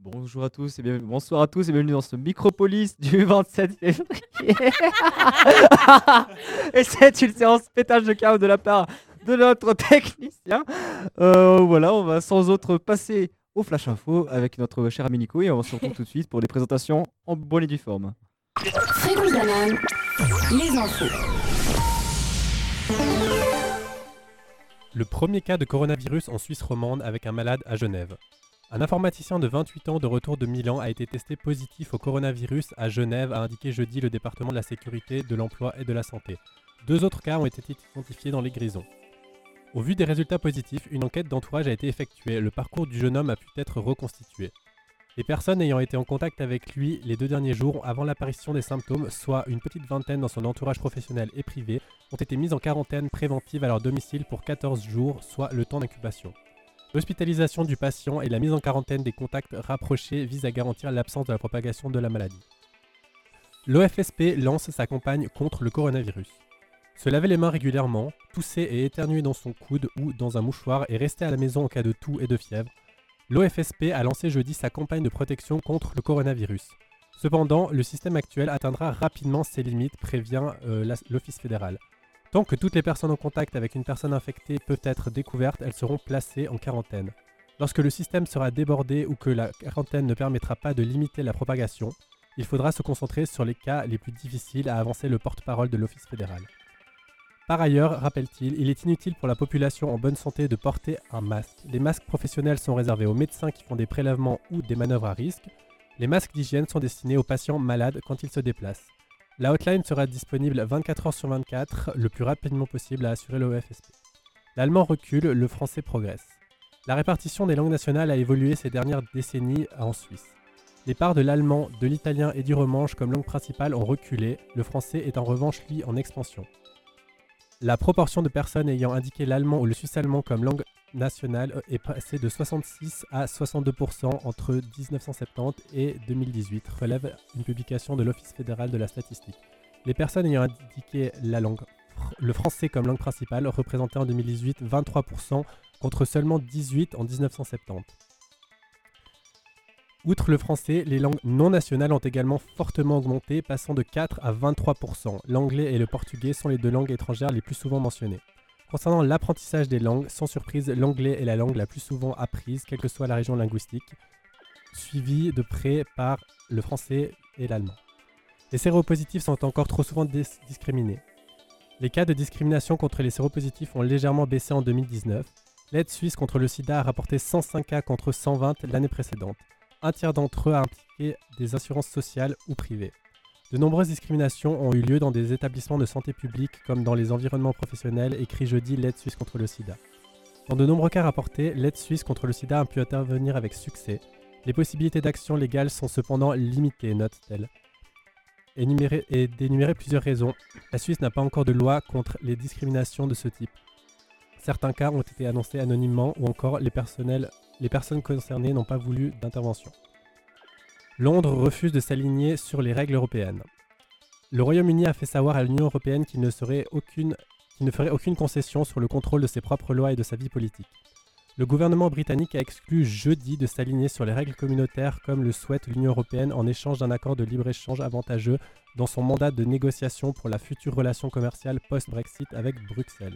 Bonjour à tous et bonsoir à tous et bienvenue dans ce Micropolis du 27 février. Et c'est une séance pétage de câble de la part de notre technicien. Voilà, on va sans autre passer au Flash Info avec notre cher ami Nico et on se retrouve tout de suite pour les présentations en bonne et due forme. Fréquence banane, les infos. Le premier cas de coronavirus en Suisse romande avec un malade à Genève. Un informaticien de 28 ans de retour de Milan a été testé positif au coronavirus à Genève, a indiqué jeudi le département de la sécurité, de l'emploi et de la santé. 2 autres cas ont été identifiés dans les grisons. Au vu des résultats positifs, une enquête d'entourage a été effectuée. Le parcours du jeune homme a pu être reconstitué. Les personnes ayant été en contact avec lui les 2 derniers jours avant l'apparition des symptômes, soit une petite vingtaine dans son entourage professionnel et privé, ont été mises en quarantaine préventive à leur domicile pour 14 jours, soit le temps d'incubation. L'hospitalisation du patient et la mise en quarantaine des contacts rapprochés visent à garantir l'absence de la propagation de la maladie. L'OFSP lance sa campagne contre le coronavirus. Se laver les mains régulièrement, tousser et éternuer dans son coude ou dans un mouchoir et rester à la maison en cas de toux et de fièvre. L'OFSP a lancé jeudi sa campagne de protection contre le coronavirus. Cependant, le système actuel atteindra rapidement ses limites, prévient l'Office fédéral. Tant que toutes les personnes en contact avec une personne infectée peuvent être découvertes, elles seront placées en quarantaine. Lorsque le système sera débordé ou que la quarantaine ne permettra pas de limiter la propagation, il faudra se concentrer sur les cas les plus difficiles, a avancé le porte-parole de l'Office fédéral. Par ailleurs, rappelle-t-il, il est inutile pour la population en bonne santé de porter un masque. Les masques professionnels sont réservés aux médecins qui font des prélèvements ou des manœuvres à risque. Les masques d'hygiène sont destinés aux patients malades quand ils se déplacent. La hotline sera disponible 24 heures sur 24, le plus rapidement possible, a assuré l'OFSP. L'allemand recule, le français progresse. La répartition des langues nationales a évolué ces dernières décennies en Suisse. Les parts de l'allemand, de l'italien et du romanche comme langue principale ont reculé, le français est en revanche lui en expansion. La proportion de personnes ayant indiqué l'allemand ou le suisse-allemand comme langue nationale est passée de 66 à 62% entre 1970 et 2018, relève une publication de l'Office fédéral de la statistique. Les personnes ayant indiqué le français comme langue principale représentaient en 2018 23% contre seulement 18% en 1970. Outre le français, les langues non nationales ont également fortement augmenté, passant de 4 à 23%. L'anglais et le portugais sont les 2 langues étrangères les plus souvent mentionnées. Concernant l'apprentissage des langues, sans surprise, l'anglais est la langue la plus souvent apprise, quelle que soit la région linguistique, suivie de près par le français et l'allemand. Les séropositifs sont encore trop souvent discriminés. Les cas de discrimination contre les séropositifs ont légèrement baissé en 2019. L'aide suisse contre le sida a rapporté 105 cas contre 120 l'année précédente. Un tiers d'entre eux a impliqué des assurances sociales ou privées. De nombreuses discriminations ont eu lieu dans des établissements de santé publique comme dans les environnements professionnels, écrit jeudi l'aide suisse contre le sida. Dans de nombreux cas rapportés, l'aide suisse contre le sida a pu intervenir avec succès. Les possibilités d'action légale sont cependant limitées, note-t-elle. Et d'énumérer plusieurs raisons. La Suisse n'a pas encore de loi contre les discriminations de ce type. Certains cas ont été annoncés anonymement ou encore les personnes concernées n'ont pas voulu d'intervention. Londres refuse de s'aligner sur les règles européennes. Le Royaume-Uni a fait savoir à l'Union européenne qu'il ne ferait aucune concession sur le contrôle de ses propres lois et de sa vie politique. Le gouvernement britannique a exclu jeudi de s'aligner sur les règles communautaires comme le souhaite l'Union européenne en échange d'un accord de libre-échange avantageux dans son mandat de négociation pour la future relation commerciale post-Brexit avec Bruxelles.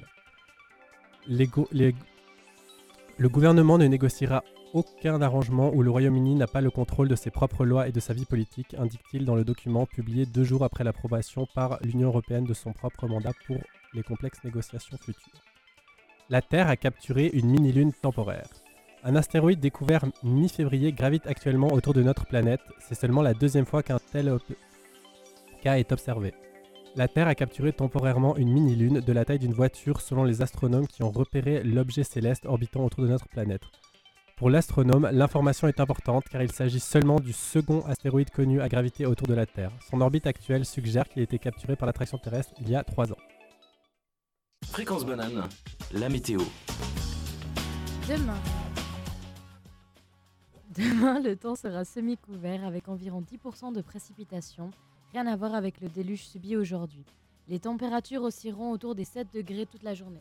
Le gouvernement ne négociera aucun arrangement où le Royaume-Uni n'a pas le contrôle de ses propres lois et de sa vie politique, indique-t-il dans le document publié 2 jours après l'approbation par l'Union européenne de son propre mandat pour les complexes négociations futures. La Terre a capturé une mini-lune temporaire. Un astéroïde découvert mi-février gravite actuellement autour de notre planète. C'est seulement la 2e fois qu'un tel cas est observé. La Terre a capturé temporairement une mini-lune de la taille d'une voiture selon les astronomes qui ont repéré l'objet céleste orbitant autour de notre planète. Pour l'astronome, l'information est importante car il s'agit seulement du second astéroïde connu à graviter autour de la Terre. Son orbite actuelle suggère qu'il a été capturé par l'attraction terrestre il y a 3 ans. Fréquence banane, la météo. Demain, le temps sera semi-couvert avec environ 10% de précipitations, rien à voir avec le déluge subi aujourd'hui. Les températures oscilleront autour des 7 degrés toute la journée.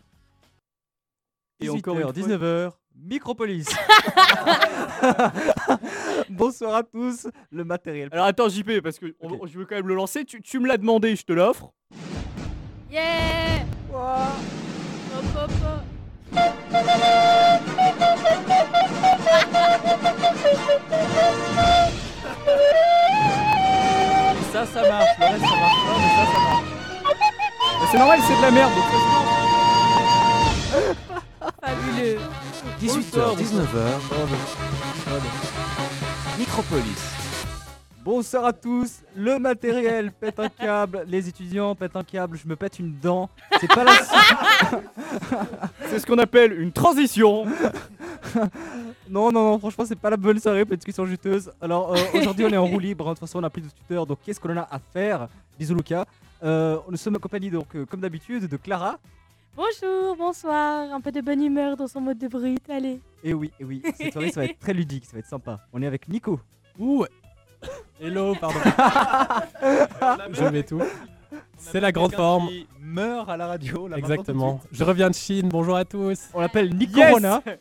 Et encore 19h, Micropolis. Bonsoir à tous, le matériel. Alors attends JP, parce que je veux quand même le lancer. Tu me l'as demandé, je te l'offre. Yeah. Ouah. Hop, hop, hop. Ça marche, le reste ça marche pas, mais ça marche. Mais c'est normal, c'est de la merde. Donc Fabuleux. 18h, 19h, Micropolis. Bonsoir à tous, le matériel pète un câble, les étudiants pètent un câble, je me pète une dent. C'est pas la c'est ce qu'on appelle une transition. Non, franchement, c'est pas la bonne soirée pour une discussion juteuse. Alors, aujourd'hui, on est en roue libre. De toute façon, on n'a plus de tuteur. Donc, qu'est-ce qu'on a à faire? Bisous, Lucas. Nous sommes accompagnés, donc, comme d'habitude, de Clara. Bonjour, bonsoir. Un peu de bonne humeur dans son mode de brut, allez. Et oui, cette soirée, ça va être très ludique, ça va être sympa. On est avec Nico. Ouh. Hello, pardon. Je mets tout. C'est la grande forme. Qui meurt à la radio. Là, Exactement. Je reviens de Chine. Bonjour à tous. On l'appelle Nico Yes. Rona. En fait,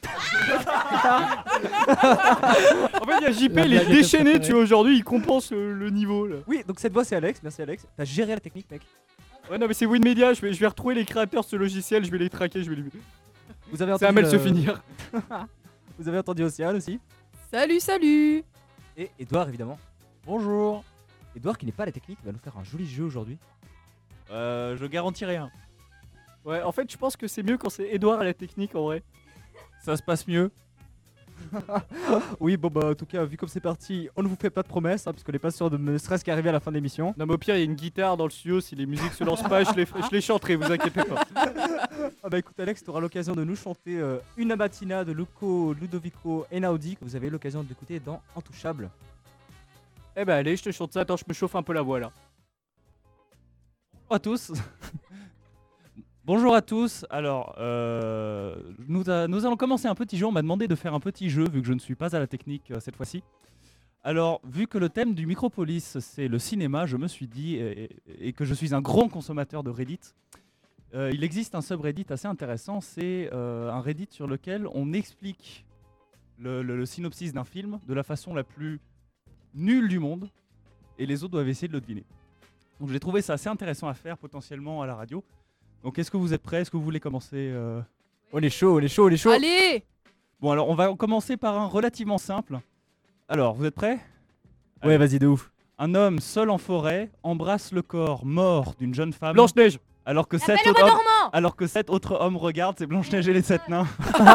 il y a JP, La il est blague déchaîné, préférée. tu vois, aujourd'hui, il compense le niveau là. Oui, donc cette voix, c'est Alex. Merci, Alex. T'as géré la technique, mec. Ouais, non, mais c'est Winmedia, je vais retrouver les créateurs de ce logiciel, je vais les traquer, Vous avez ça va entendu, mal se finir. Vous avez entendu Océane aussi. Salut. Et Edouard, évidemment. Bonjour. Edouard, qui n'est pas à la technique, va nous faire un joli jeu aujourd'hui. Je garantis rien. Ouais, en fait, je pense que c'est mieux quand c'est Edouard à la technique en vrai. Ça se passe mieux. Oui, bon, bah, en tout cas, vu comme c'est parti, on ne vous fait pas de promesses, parce qu'on n'est pas sûr de ne serait-ce qu'arriver à la fin de l'émission. Non, mais au pire, il y a une guitare dans le studio, si les musiques se lancent pas, je les chanterai, vous inquiétez pas. Ah bah écoute Alex, tu auras l'occasion de nous chanter Una mattina de Ludovico Einaudi que vous avez eu l'occasion d'écouter dans Intouchable. Eh ben allez, je te chante ça, attends, je me chauffe un peu la voix là. Bonjour à tous. Bonjour à tous. Alors, nous allons commencer un petit jeu. On m'a demandé de faire un petit jeu vu que je ne suis pas à la technique cette fois-ci. Alors, vu que le thème du Micropolis c'est le cinéma, je me suis dit, et que je suis un grand consommateur de Reddit, il existe un subreddit assez intéressant. C'est un Reddit sur lequel on explique le synopsis d'un film de la façon la plus nulle du monde, et les autres doivent essayer de le deviner. Donc j'ai trouvé ça assez intéressant à faire potentiellement à la radio. Donc est-ce que vous êtes prêts? Est-ce que vous voulez commencer On est chaud, on est chaud, on est chaud. Allez. Bon alors on va commencer par un relativement simple. Alors vous êtes prêts? Ouais, vas-y, de ouf. Un homme seul en forêt embrasse le corps mort d'une jeune femme Blanche-Neige. alors que La sept Belle au autres Bois hommes, dormant. alors que 7 autres hommes regardent, c'est Blanche-Neige et les 7 nains.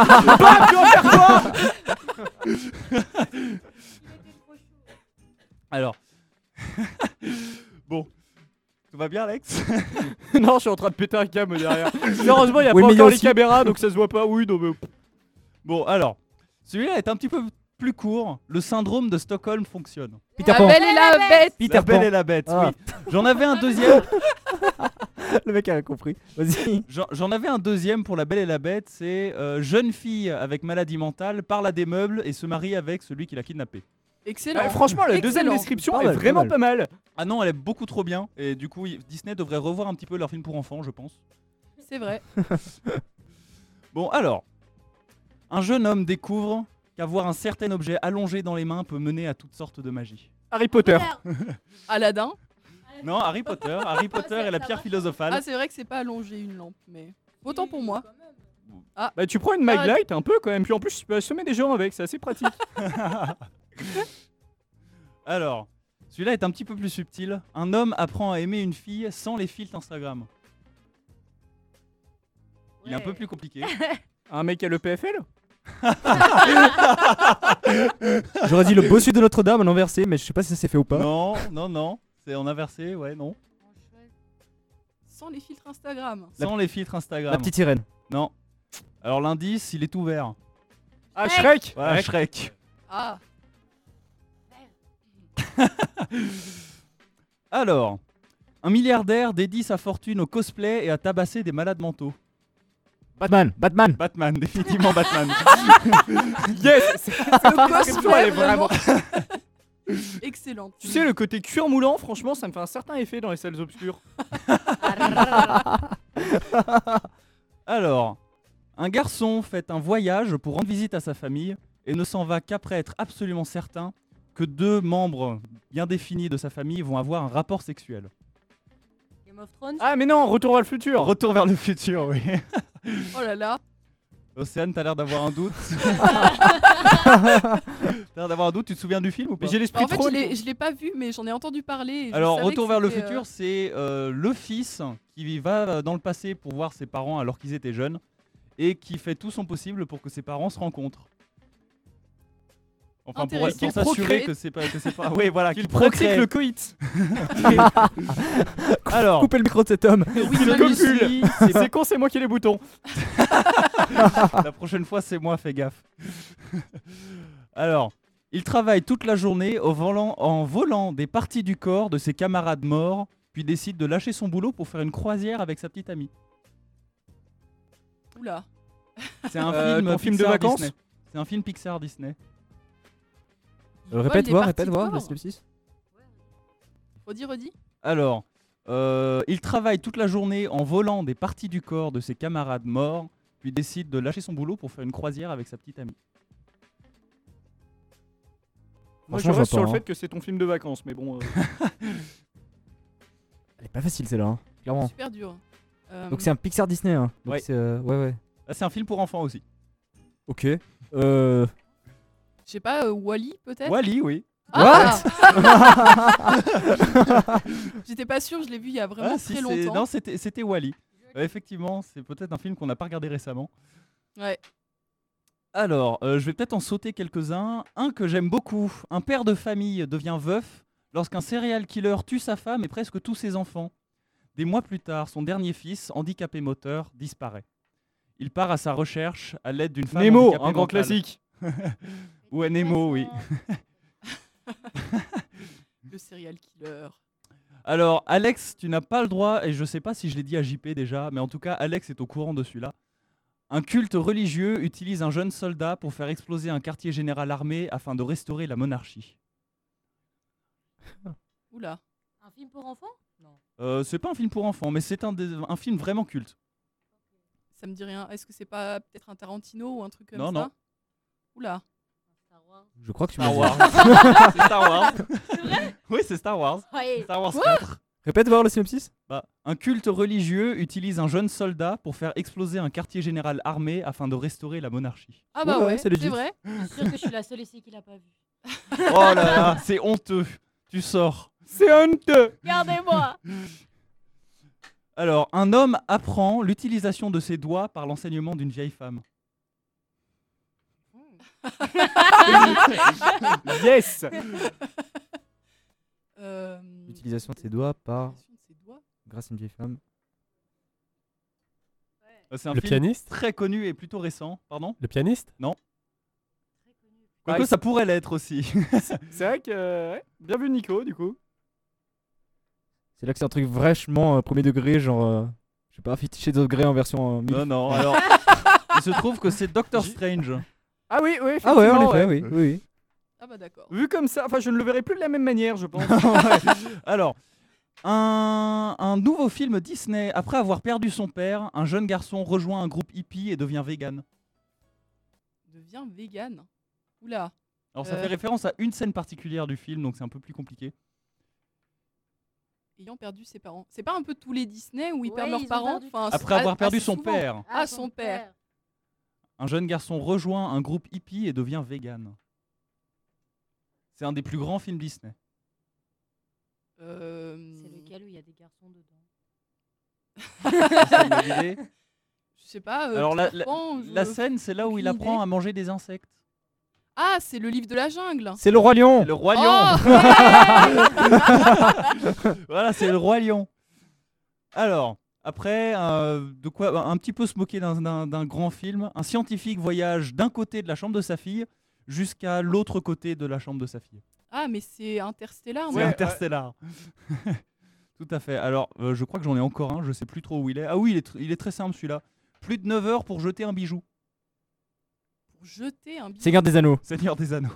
Alors bon, tout va bien Alex? Non, je suis en train de péter un câble derrière. Heureusement, il y a Oui, pas mais il y a encore les aussi- caméras, donc ça se voit pas. Oui, non mais... Bon alors, celui-là est un petit peu plus court. Le syndrome de Stockholm fonctionne. Peter La Pan. belle et la bête. Peter La Belle Pan. et la Bête, Ah. oui. J'en avais un deuxième. Le mec a compris. Vas-y. J'en avais un deuxième pour La Belle et la Bête. C'est jeune fille avec maladie mentale parle à des meubles et se marie avec celui qui l'a kidnappée. Excellent. franchement, la deuxième Excellent. description Pas est mal, vraiment pas mal. pas mal. Ah non, elle est beaucoup trop bien. Et du coup, Disney devrait revoir un petit peu leur film pour enfants, je pense. C'est vrai. Bon, alors. Un jeune homme découvre qu'avoir un certain objet allongé dans les mains peut mener à toutes sortes de magie. Harry Potter. Aladdin. Non, Harry Potter. Harry Potter est la pierre philosophale. Ah, c'est vrai que c'est pas allongé une lampe, mais autant pour moi. Bah tu prends une Maglite un peu quand même, puis en plus tu peux assommer des gens avec, c'est assez pratique. Alors, celui-là est un petit peu plus subtil. Un homme apprend à aimer une fille sans les filtres Instagram. Il est un peu plus compliqué. Un mec à l'EPFL. J'aurais dit le bossu de Notre-Dame en inversé, mais je sais pas si ça s'est fait ou pas. Non, non, non. C'est en inversé, ouais, non. Sans les filtres Instagram. Sans les filtres Instagram. La petite sirène. Non. Alors l'indice, il est ouvert. Ah, Shrek. Voilà, Shrek. Ah. Alors, un milliardaire dédie sa fortune au cosplay et à tabasser des malades mentaux. Batman. Batman, définitivement Batman. Yes. Le description, elle est cosplay, vraiment- Excellent. Tu sais, le côté cuir moulant, franchement, ça me fait un certain effet dans les salles obscures. Alors, un garçon fait un voyage pour rendre visite à sa famille et ne s'en va qu'après être absolument certain que deux membres bien définis de sa famille vont avoir un rapport sexuel. Game of Thrones. Ah, mais non, retour vers le futur. Retour vers le futur, oui. Oh là là. Océane, t'as l'air d'avoir un doute. T'as l'air d'avoir un doute, tu te souviens du film ou pas? Mais j'ai l'esprit En fait, trop. je l'ai pas vu, mais j'en ai entendu parler. et je Alors, savais Retour que vers le c'était, futur, c'est le fils qui va dans le passé pour voir ses parents alors qu'ils étaient jeunes et qui fait tout son possible pour que ses parents se rencontrent. Enfin, pour Intéressant. s'assurer que c'est pas. Oui, voilà, Qu'il qu'il pratique procrée. le coït. Alors, Coupez le micro de cet homme. oui, Il celui-ci, c'est C'est con, c'est moi qui ai les boutons. La prochaine fois, c'est moi, fais gaffe. Alors, il travaille toute la journée en volant des parties du corps de ses camarades morts, puis décide de lâcher son boulot pour faire une croisière avec sa petite amie. Oula. C'est un ton film de Pixar vacances Disney. C'est un film Pixar Disney. Répète des voir, parties répète de voir, corps. la synopsis. Redis. Alors, il travaille toute la journée en volant des parties du corps de ses camarades morts, puis décide de lâcher son boulot pour faire une croisière avec sa petite amie. Moi, je Franchement, reste je sur vois le pas, fait que c'est ton film de vacances, mais bon. Elle est pas facile celle-là, hein, clairement. Super dur. Donc c'est un Pixar Disney, hein. Donc Ouais. c'est ouais. Là, c'est un film pour enfants aussi. Ok. Je sais pas, Wall-E peut-être. Wall-E, oui. Ah J'étais pas sûre, je l'ai vu il y a vraiment Ah, si, très c'est- longtemps. Non, c'était Wall-E. Effectivement, c'est peut-être un film qu'on n'a pas regardé récemment. Ouais. Alors, je vais peut-être en sauter quelques-uns. Un que j'aime beaucoup. Un père de famille devient veuf lorsqu'un serial killer tue sa femme et presque tous ses enfants. Des mois plus tard, son dernier fils, handicapé moteur, disparaît. Il part à sa recherche à l'aide d'une femme Nemo, handicapée un grand mentale. classique. Ouais, Nemo, oui. Le serial killer. Alors, Alex, tu n'as pas le droit, et je sais pas si je l'ai dit à JP déjà, mais en tout cas, Alex est au courant de celui-là. Un culte religieux utilise un jeune soldat pour faire exploser un quartier général armé afin de restaurer la monarchie. Oula. Un film pour enfants? Non. C'est pas un film pour enfants, mais c'est un film vraiment culte. Ça me dit rien. Est-ce que c'est pas peut-être un Tarantino ou un truc comme Non, ça? non. Oula. Star Wars. Je crois que tu Star m'as Wars. dit. C'est Star Wars. Oui, c'est Star Wars. Ouais. Star Wars 4. Répète voir le synopsis. Bah, un culte religieux utilise un jeune soldat pour faire exploser un quartier général armé afin de restaurer la monarchie. Ah bah Ouais, ouais, c'est c'est legit. vrai. Je suis sûre que je suis la seule ici qui l'a pas vu. Oh là là, c'est honteux. Tu sors. C'est honteux. Regardez-moi. Alors, un homme apprend l'utilisation de ses doigts par l'enseignement d'une vieille femme. Yes. L'utilisation de ses doigts par Utilisation de ses doigts. grâce à une vieille femme. C'est un Le film pianiste très connu et plutôt récent. Pardon. Le pianiste Quoique Ah, ça pourrait l'être aussi. C'est vrai que. Ouais. Bien vu, Nico, du coup. C'est là que c'est un truc vachement premier degré, genre je sais pas, 50 Shades of Grey en version Non, non, alors. Il se trouve que c'est Doctor Strange. Ah oui, oui. Ah ouais, en effectivement, effet, ouais. oui. Ah bah d'accord. Vu comme ça, enfin, je ne le verrai plus de la même manière, je pense. Alors, un nouveau film Disney. Après avoir perdu son père, un jeune garçon rejoint un groupe hippie et devient vegan. Devient vegan. Oula. Alors, ça fait référence à une scène particulière du film, donc c'est un peu plus compliqué. Ayant perdu ses parents. C'est pas un peu tous les Disney où ils Ouais, perdent leurs ils ont parents perdu enfin, Après avoir perdu son souvent. père, Ah, son père. un jeune garçon rejoint un groupe hippie et devient vegan. C'est un des plus grands films Disney. C'est lequel où il y a des garçons dedans? Ça me dit l'idée. Je sais pas. Alors, la la scène, c'est là où il aucune apprend idée. à manger des insectes. Ah, c'est le livre de la jungle. C'est le Roi Lion. C'est le roi Oh, lion. ouais. Voilà, c'est le roi lion. Alors, après, de quoi un petit peu se moquer d'un grand film, un scientifique voyage d'un côté de la chambre de sa fille jusqu'à l'autre côté de la chambre de sa fille. Ah, mais c'est Interstellar. C'est moi. Interstellar. Tout à fait. Alors, je crois que j'en ai encore un, je sais plus trop où il est. Ah oui, il est très simple celui-là. Plus de 9 heures pour jeter un bijou. Pour jeter un billet. Seigneur des Anneaux. Seigneur des Anneaux.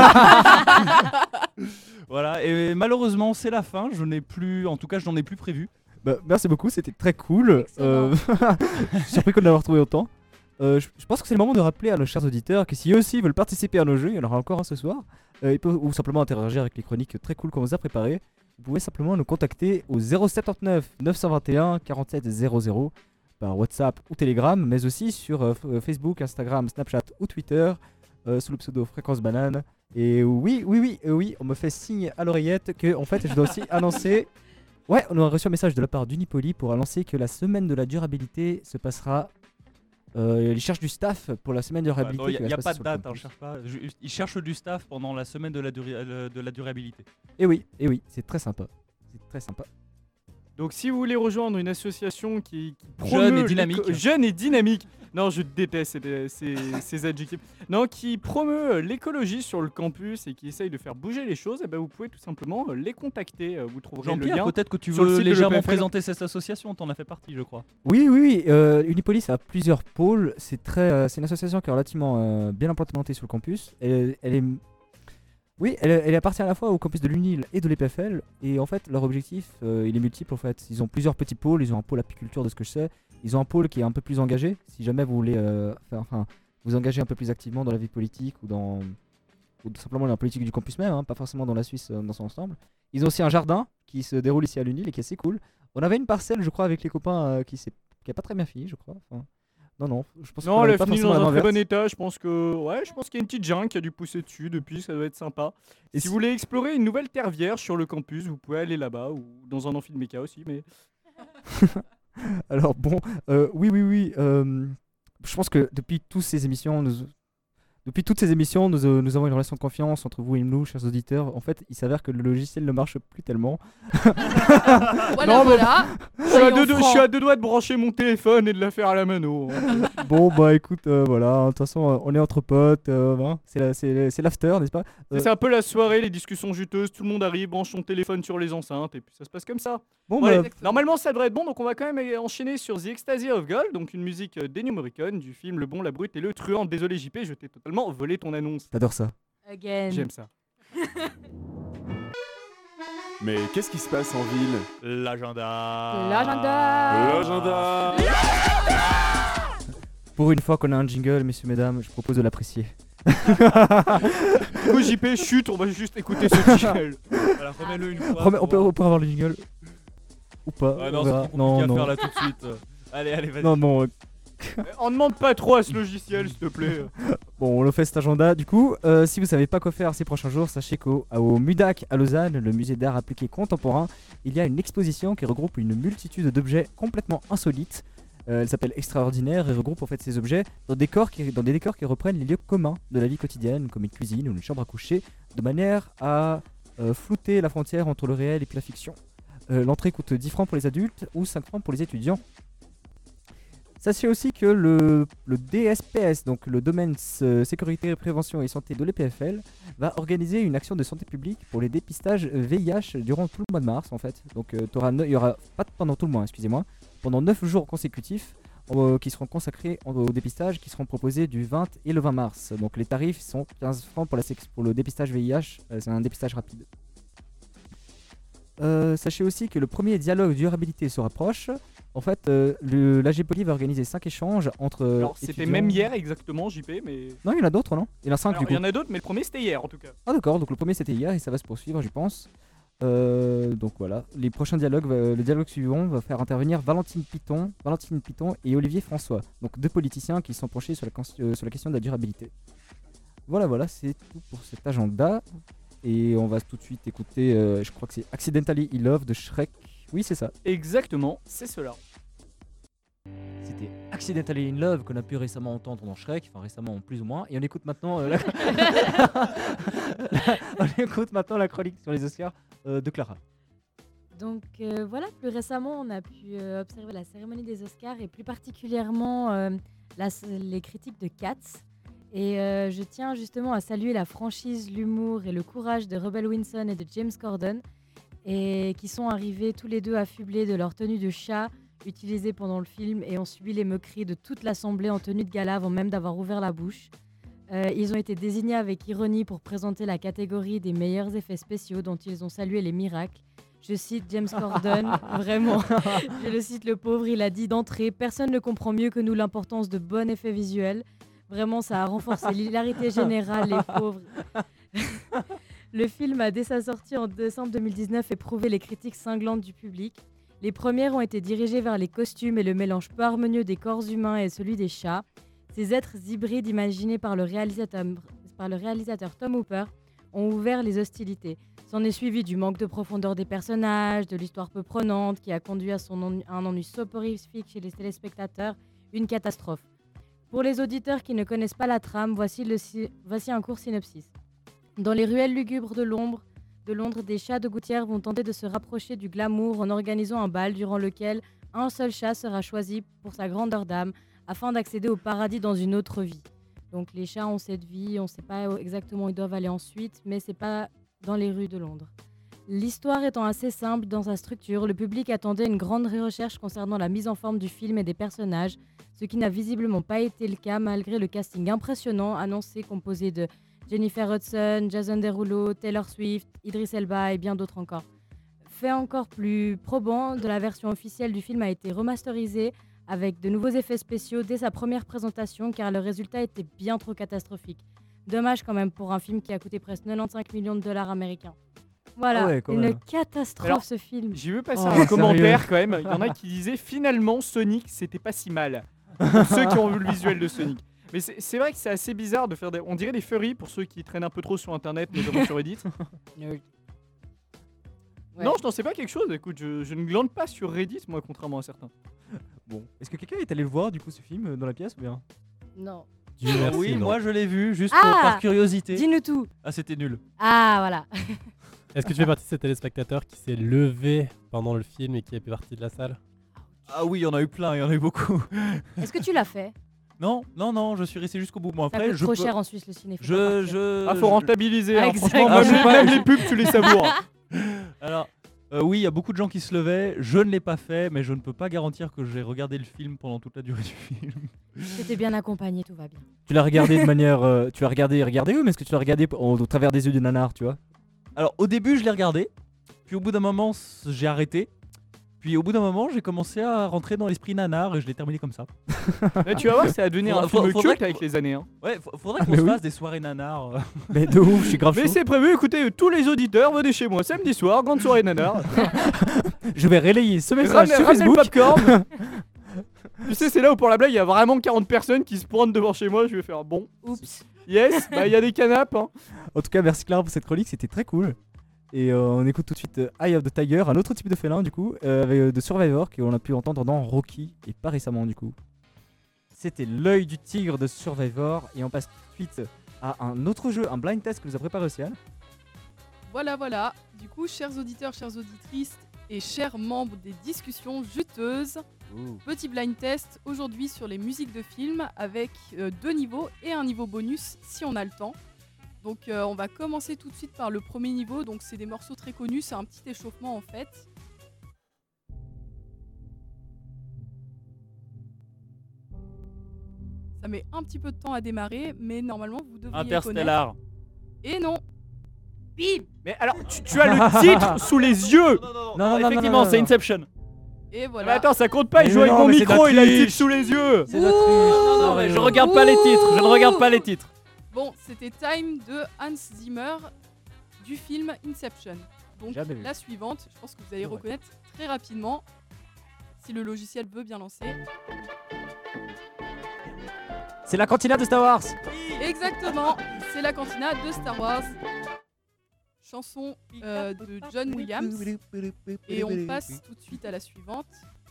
Voilà, et malheureusement, c'est la fin. Je n'ai plus, en tout cas, je n'en ai plus prévu. Bah, merci beaucoup, c'était très cool. Excellent. Je suis surpris qu'on l'ait retrouvé autant. Je pense que c'est le moment de rappeler à nos chers auditeurs que si eux aussi veulent participer à nos jeux, il y en aura encore un ce soir, ils peuvent, ou simplement interagir avec les chroniques très cool qu'on vous a préparées, vous pouvez simplement nous contacter au 079 921 47 00 par WhatsApp ou Telegram, mais aussi sur Facebook, Instagram, Snapchat ou Twitter sous le pseudo Fréquence Banane. Et oui, on me fait signe à l'oreillette que en fait je dois aussi annoncer. Ouais, on a reçu un message de la part d'Unipolis pour annoncer que la semaine de la durabilité se passera. Ils cherchent du staff pour la semaine de durabilité. Il n'y a pas de date, hein, je cherche pas. Ils cherchent du staff pendant la semaine de la durabilité. Et oui, c'est très sympa. C'est très sympa. Donc si vous voulez rejoindre une association qui Jeune et promeut dynamique. jeune et dynamique. Non, je déteste ces adjectifs. Non, qui promeut l'écologie sur le campus et qui essaye de faire bouger les choses, et ben vous pouvez tout simplement les contacter. Vous trouverez le Jean-Pierre, lien. peut-être que tu sur le veux site de légèrement l'EPFL. présenter cette association, t'en as fait partie, je crois. Oui. Unipolis a plusieurs pôles. C'est une association qui est relativement bien implantée sur le campus. Elle appartient à la fois au campus de l'UNIL et de l'EPFL. Et en fait, leur objectif, il est multiple. En fait, ils ont plusieurs petits pôles. Ils ont un pôle apiculture, de ce que je sais. Ils ont un pôle qui est un peu plus engagé. Si jamais vous voulez vous engager un peu plus activement dans la vie politique ou tout simplement dans la politique du campus même, hein, pas forcément dans la Suisse dans son ensemble. Ils ont aussi un jardin qui se déroule ici à l'UNIL et qui est assez cool. On avait une parcelle, je crois, avec les copains qui a pas très bien fini, je crois. Enfin, non, je pense Non, qu'on elle avait a pas fini forcément dans la un main très bon verte. état. Je pense qu'il y a une petite jungle qui a dû pousser dessus depuis. Ça doit être sympa. Et Si vous voulez explorer une nouvelle terre vierge sur le campus, vous pouvez aller là-bas ou dans un amphi de méca aussi. Mais Alors bon, oui. Je pense que depuis toutes ces émissions, nous avons une relation de confiance entre vous et nous, chers auditeurs. En fait, il s'avère que le logiciel ne marche plus tellement. Voilà. je suis à deux doigts de brancher mon téléphone et de la faire à la mano. Bon, bah écoute, voilà, de toute façon, on est entre potes, hein, c'est l'after, n'est-ce pas? C'est un peu la soirée, les discussions juteuses. Tout le monde arrive, branche son téléphone sur les enceintes et puis ça se passe comme ça. Bon, Ouais, bah, normalement, ça devrait être bon. Donc, on va quand même enchaîner sur The Ecstasy of Gold, donc une musique d'Ennio Morricone du film Le Bon, la Brute et le Truand. Désolé, JP, je t'ai totalement volé ton annonce. t'adores ça. Again. J'aime ça. Mais qu'est-ce qui se passe en ville? L'agenda. L'agenda. Pour une fois qu'on a un jingle, messieurs, mesdames, je propose de l'apprécier. Du coup, JP, chute, on va juste écouter ce jingle. Voilà, remets-le une fois. On peut avoir le jingle ou pas? Ah on non, verra. c'est trop compliqué à faire là tout de suite. Allez, vas-y. Non. On demande pas trop à ce logiciel, s'il te plaît. Bon, on le fait cet agenda. Du coup, si vous savez pas quoi faire ces prochains jours, sachez qu'au MUDAC à Lausanne, le musée d'art appliqué contemporain, il y a une exposition qui regroupe une multitude d'objets complètement insolites. Elle s'appelle Extraordinaire et regroupe en fait ces objets dans des décors qui reprennent les lieux communs de la vie quotidienne, comme une cuisine ou une chambre à coucher, de manière à flouter la frontière entre le réel et puis la fiction. L'entrée coûte 10 francs pour les adultes ou 5 francs pour les étudiants. Sachez aussi que le DSPS, donc le domaine sécurité, prévention et santé de l'EPFL, va organiser une action de santé publique pour les dépistages VIH durant tout le mois de mars en fait. Donc il y aura pas pendant tout le mois, excusez-moi, pendant 9 jours consécutifs qui seront consacrés au dépistage, qui seront proposés du 20 et le 20 mars. Donc les tarifs sont 15 francs pour le dépistage VIH, c'est un dépistage rapide. Sachez aussi que le premier dialogue durabilité se rapproche. En fait, l'AG Poly va organiser 5 échanges entre. Alors, c'était étudiants. même hier exactement, JP, mais. Non, il y en a d'autres, non? Il y en a 5 Alors, du coup. il y en a d'autres, mais le premier c'était hier en tout cas. Ah, d'accord, donc le premier c'était hier et ça va se poursuivre, je pense. Donc voilà, les prochains dialogues, le dialogue suivant va faire intervenir Valentine Piton et Olivier François, donc deux politiciens qui sont penchés sur la question de la durabilité. Voilà, c'est tout pour cet agenda. Et on va tout de suite écouter, je crois que c'est Accidentally in Love de Shrek. Oui, c'est ça. Exactement, c'est cela. C'était Accidentally in Love qu'on a pu récemment entendre dans Shrek, enfin récemment plus ou moins. Et on écoute maintenant la chronique sur les Oscars de Clara. Donc voilà, plus récemment, on a pu observer la cérémonie des Oscars et plus particulièrement les critiques de Cats. Et je tiens justement à saluer la franchise, l'humour et le courage de Rebel Wilson et de James Corden, et qui sont arrivés tous les deux affublés de leur tenue de chat utilisée pendant le film et ont subi les moqueries de toute l'assemblée en tenue de gala avant même d'avoir ouvert la bouche. Ils ont été désignés avec ironie pour présenter la catégorie des meilleurs effets spéciaux dont ils ont salué les miracles. Je cite James Corden, vraiment. Je le cite, le pauvre, il a dit d'entrée, personne ne comprend mieux que nous l'importance de bons effets visuels. Vraiment, ça a renforcé l'hilarité générale, les pauvres. Le film a, dès sa sortie en décembre 2019, éprouvé les critiques cinglantes du public. Les premières ont été dirigées vers les costumes et le mélange peu harmonieux des corps humains et celui des chats. Ces êtres hybrides imaginés par le réalisateur Tom Hooper ont ouvert les hostilités. S'en est suivi du manque de profondeur des personnages, de l'histoire peu prenante qui a conduit à un ennui soporifique chez les téléspectateurs, une catastrophe. Pour les auditeurs qui ne connaissent pas la trame, voici un court synopsis. Dans les ruelles lugubres de Londres, des chats de gouttière vont tenter de se rapprocher du glamour en organisant un bal durant lequel un seul chat sera choisi pour sa grandeur d'âme afin d'accéder au paradis dans une autre vie. Donc les chats ont cette vie, on ne sait pas exactement où ils doivent aller ensuite, mais c'est pas dans les rues de Londres. L'histoire étant assez simple dans sa structure, le public attendait une grande recherche concernant la mise en forme du film et des personnages, ce qui n'a visiblement pas été le cas malgré le casting impressionnant annoncé composé de Jennifer Hudson, Jason Derulo, Taylor Swift, Idris Elba et bien d'autres encore. Fait encore plus probant, de la version officielle du film a été remasterisée avec de nouveaux effets spéciaux dès sa première présentation car le résultat était bien trop catastrophique. Dommage quand même pour un film qui a coûté presque 95 millions de dollars américains. Voilà, Ah ouais, quand une même. catastrophe Alors, ce film. J'ai vu passer Oh, un sérieux commentaire quand même. Il y en a qui disaient finalement Sonic, c'était pas si mal. Pour ceux qui ont vu le visuel de Sonic. Mais c'est vrai que c'est assez bizarre de faire des. On dirait des furries pour ceux qui traînent un peu trop sur internet, notamment sur Reddit. Ouais. Non, je n'en sais pas quelque chose. Écoute, je ne glande pas sur Reddit, moi, contrairement à certains. Bon, est-ce que quelqu'un est allé le voir du coup ce film dans la pièce ou bien? Non. Dieu merci, oui, non. moi je l'ai vu juste Ah par curiosité. Dis-nous tout. Ah, c'était nul. Ah, voilà. Est-ce que tu fais partie de ces téléspectateurs qui s'est levé pendant le film et qui est parti de la salle? Ah oui, il y en a eu plein, il y en a eu beaucoup. Est-ce que tu l'as fait? Non, je suis resté jusqu'au bout. Bon, Ça après, coûte je trop peux- cher en Suisse le ciné. Faut pas partir. Ah, faut rentabiliser. Ah, hein. Franchement, exactement. même les pubs, tu les savoures. Alors, oui, il y a beaucoup de gens qui se levaient. Je ne l'ai pas fait, mais je ne peux pas garantir que j'ai regardé le film pendant toute la durée du film. J'étais bien accompagné, tout va bien. Tu l'as regardé de manière. Tu l'as regardé où, mais est-ce que tu l'as regardé au travers des yeux du nanar, tu vois? Alors, au début, je l'ai regardé. Puis au bout d'un moment, j'ai arrêté. Puis au bout d'un moment, j'ai commencé à rentrer dans l'esprit nanar et je l'ai terminé comme ça. Mais tu vas voir, ça va devenir un film Faudrait culte que- avec les années. Hein. Ouais, faudrait qu'on mais se oui. fasse des soirées nanar. Mais de ouf, je suis grave Mais chaud. c'est prévu, écoutez, tous les auditeurs, venez chez moi samedi soir, grande soirée nanar. Je vais relayer ce message sur Ramenez le Facebook. popcorn. Tu sais, c'est là où pour la blague, il y a vraiment 40 personnes qui se pointent devant chez moi. Je vais faire bon. Oups. Yes, bah il y a des canapes. Hein. En tout cas, merci Clara pour cette chronique, c'était très cool. Et on écoute tout de suite Eye of the Tiger, un autre type de félin du coup, de Survivor qu'on a pu entendre dans Rocky et pas récemment du coup. C'était l'œil du tigre de Survivor et on passe tout de suite à un autre jeu, un blind test que nous a préparé Océane. Voilà. Du coup, chers auditeurs, chères auditrices et chers membres des discussions juteuses, petit blind test aujourd'hui sur les musiques de films avec 2 niveaux et un niveau bonus si on a le temps. Donc on va commencer tout de suite par le premier niveau. Donc c'est des morceaux très connus, c'est un petit échauffement en fait. Ça met un petit peu de temps à démarrer, mais normalement vous devriez connaître. Interstellar. Et non. Bim. Mais alors, tu as le titre sous les yeux. Non, Effectivement, c'est Inception. Et Mais voilà. attends, ça compte pas, il Mais joue avec non, mon mais c'est micro, de la il a le triche. titre sous les yeux. C'est de la triche. Non, mais je regarde pas les titres. Je ne regarde pas les titres. Bon, c'était Time de Hans Zimmer du film Inception. Donc Jamais vu. la suivante, je pense que vous allez Ouais. reconnaître très rapidement si le logiciel veut bien lancer. C'est la cantina de Star Wars. Exactement, c'est la cantina de Star Wars. Chanson de John Williams. Et on passe tout de suite à la suivante.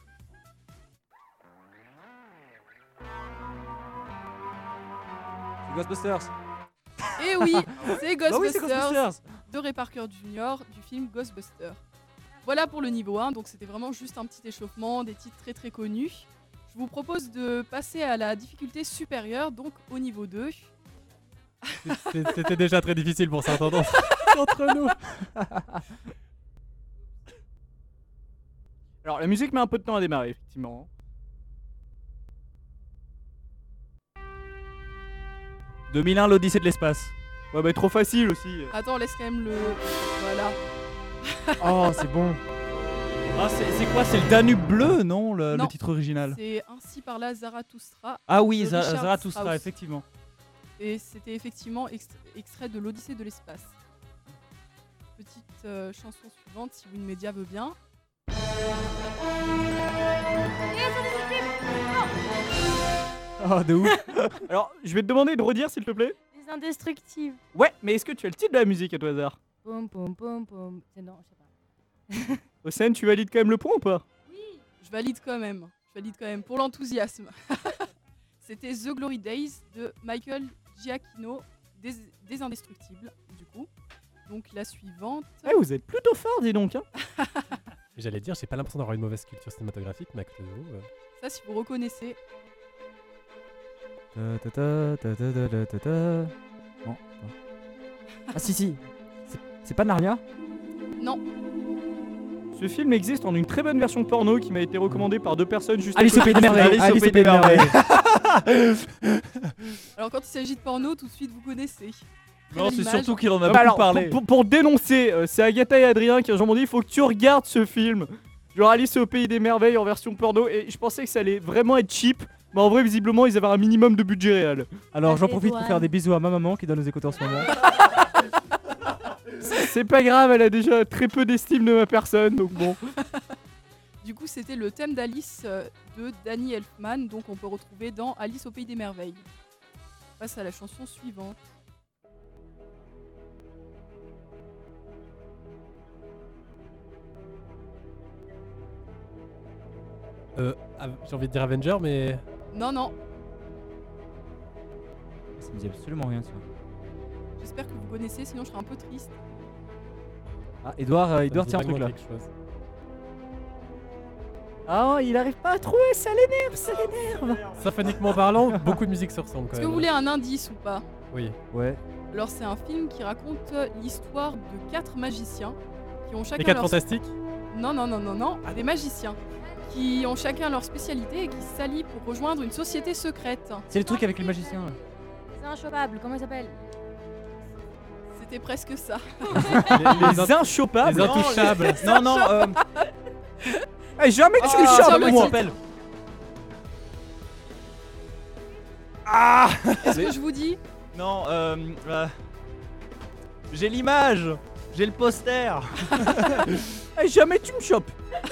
Ghostbusters. Et oui, c'est Bah oui, c'est Ghostbusters Ghostbusters. de Ray Parker Jr. du film Ghostbusters. Voilà pour le niveau 1, donc c'était vraiment juste un petit échauffement, des titres très très connus. Je vous propose de passer à la difficulté supérieure, donc au niveau 2. C'était déjà très difficile pour s'entendre entre nous. Alors, la musique met un peu de temps à démarrer, effectivement. 2001, l'Odyssée de l'espace. Ouais, bah trop facile aussi. Attends, laisse quand même le... Voilà. Oh, c'est bon. Ah, c'est quoi? C'est le Danube bleu, non, le Non. titre original? C'est Ainsi parla Zarathustra. Ah oui, de Richard Zarathustra, Strauss. effectivement. Et c'était effectivement extrait de l'Odyssée de l'espace. Petite chanson suivante, si Winmedia veut bien. Oh, de ouf. Alors, je vais te demander de redire, s'il te plaît. Les indestructibles. Ouais, mais est-ce que tu as le titre de la musique à tout hasard? Pom pom pom pom. Non, je sais pas. Océane, tu valides quand même le point ou pas? Je valide quand même. Pour l'enthousiasme. C'était The Glory Days de Michael Giacchino, des Indestructibles, du coup. Donc la suivante. Eh, vous êtes plutôt fort, dis donc. Hein. J'allais dire, j'ai pas l'impression d'avoir une mauvaise culture cinématographique, mais à côté de vous. Ça, si vous reconnaissez. Ta, ta, ta, ta, ta, ta, ta, ta. Non. Ah si. C'est pas Narnia? Non, Ce film existe en une très bonne version porno qui m'a été recommandée par 2 personnes juste Alice au pays des merveilles. Alice au pays des merveilles. alors quand il s'agit de porno, tout de suite vous connaissez. Non, c'est L'image. surtout qu'il en a Bah beaucoup alors, parlé. pour dénoncer, c'est Agatha et Adrien qui m'ont dit il faut que tu regardes ce film. Genre Alice au pays des merveilles en version porno et je pensais que ça allait vraiment être cheap. Mais en vrai, visiblement, ils avaient un minimum de budget réel. Alors La j'en profite pour dédouane. faire des bisous à ma maman qui doit nous écouter en ce moment. C'est pas grave, elle a déjà très peu d'estime de ma personne, donc bon. Du coup, c'était le thème d'Alice de Danny Elfman, donc on peut retrouver dans Alice au pays des merveilles. On passe à la chanson suivante. J'ai envie de dire Avenger, mais Non, non, Ça me dit absolument rien ça. j'espère que vous connaissez, sinon je serai un peu triste. Ah, Edouard, ça me Edouard dit tient un vaguement truc là. quelque chose. Ah, il arrive pas à trouver, ça l'énerve. Symphoniquement parlant, beaucoup de musique se ressemble quand Est-ce que même. vous voulez un indice ou pas? Oui. Ouais. Alors c'est un film qui raconte l'histoire de 4 magiciens qui ont chacun Les 4 leur... fantastiques. Non, des magiciens qui ont chacun leur spécialité et qui s'allient pour rejoindre une société secrète. C'est le truc avec les magiciens là. C'est inchopable, comment il s'appelle? C'était presque ça. Les inchopables. Les intouchables. Non, Eh, jamais tu me Ah, chopes, tiens, le moi. titre. Ah. Est-ce que je vous dis? non, j'ai l'image, j'ai le poster. Eh, jamais tu me chopes.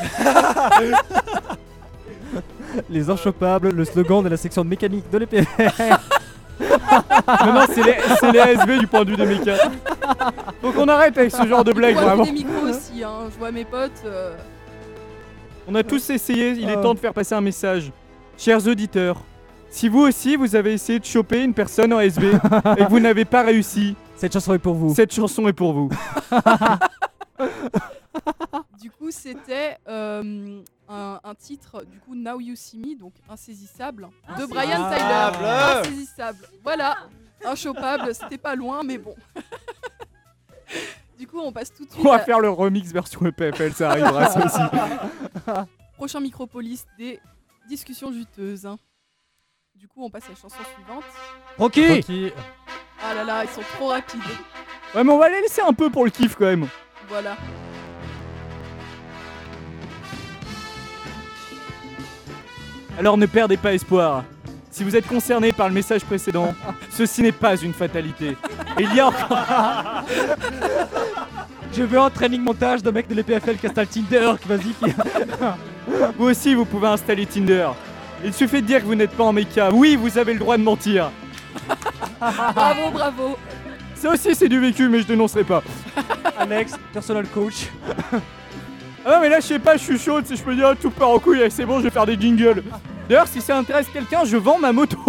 Les inchopables, le slogan de la section de mécanique de l'EPFR. Non, c'est les ASV du point de vue des mécas. Faut qu'on arrête avec ce genre de blague, Moi, vraiment. des micros aussi, hein. Je vois mes potes. On a tous essayé, il est temps de faire passer un message. Chers auditeurs, si vous aussi vous avez essayé de choper une personne en ASV et que vous n'avez pas réussi, Cette chanson est pour vous. cette chanson est pour vous. Du coup, c'était un titre, du coup, Now You See Me, donc Insaisissable, de Brian Tyler. Insaisissable. Voilà, inchopable, c'était pas loin, mais bon. Du coup, on passe tout de suite On va à faire le remix version EPFL, ça arrivera ça aussi. prochain Micropolis des discussions juteuses. Du coup, on passe à la chanson suivante. Rocky. Rocky. Ah là là, ils sont trop rapides. Ouais, mais on va les laisser un peu pour le kiff quand même. Voilà. Alors ne perdez pas espoir. Si vous êtes concerné par le message précédent, ceci n'est pas une fatalité. Et il y a encore... Je veux un training montage de mec de l'EPFL qui installe Tinder. Vas-y. Vous aussi, vous pouvez installer Tinder. Il suffit de dire que vous n'êtes pas en méca. Oui, vous avez le droit de mentir. Bravo, bravo. Ça aussi, c'est du vécu, mais je dénoncerai pas. Alex, personal coach. Ah non, mais là, je sais pas, je suis chaud. Si je peux dire tout part en couille, c'est bon, je vais faire des jingles. D'ailleurs, si ça intéresse quelqu'un, je vends ma moto.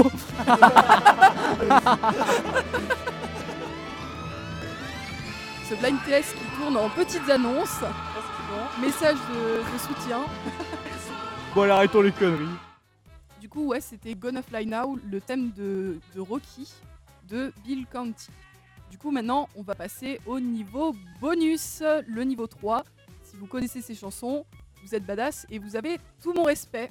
Ce blind test qui tourne en petites annonces. Message de soutien. Bon, alors, arrêtons les conneries. Du coup, ouais, c'était Gonna Fly Now, le thème de Rocky de Bill Conti. Du coup, maintenant, on va passer au niveau bonus, le niveau 3. Si vous connaissez ces chansons, vous êtes badass et vous avez tout mon respect.